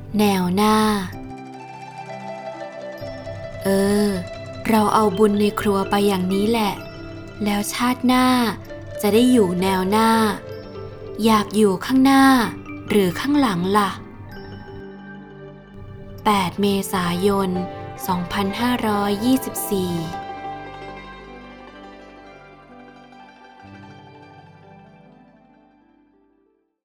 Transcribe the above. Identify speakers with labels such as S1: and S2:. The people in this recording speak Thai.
S1: แนวหน้าเราเอาบุญในครัวไปอย่างนี้แหละแล้วชาติหน้าจะได้อยู่แนวหน้าอยากอยู่ข้างหน้าหรือข้างหลังล่ะ8 เมษายน 2524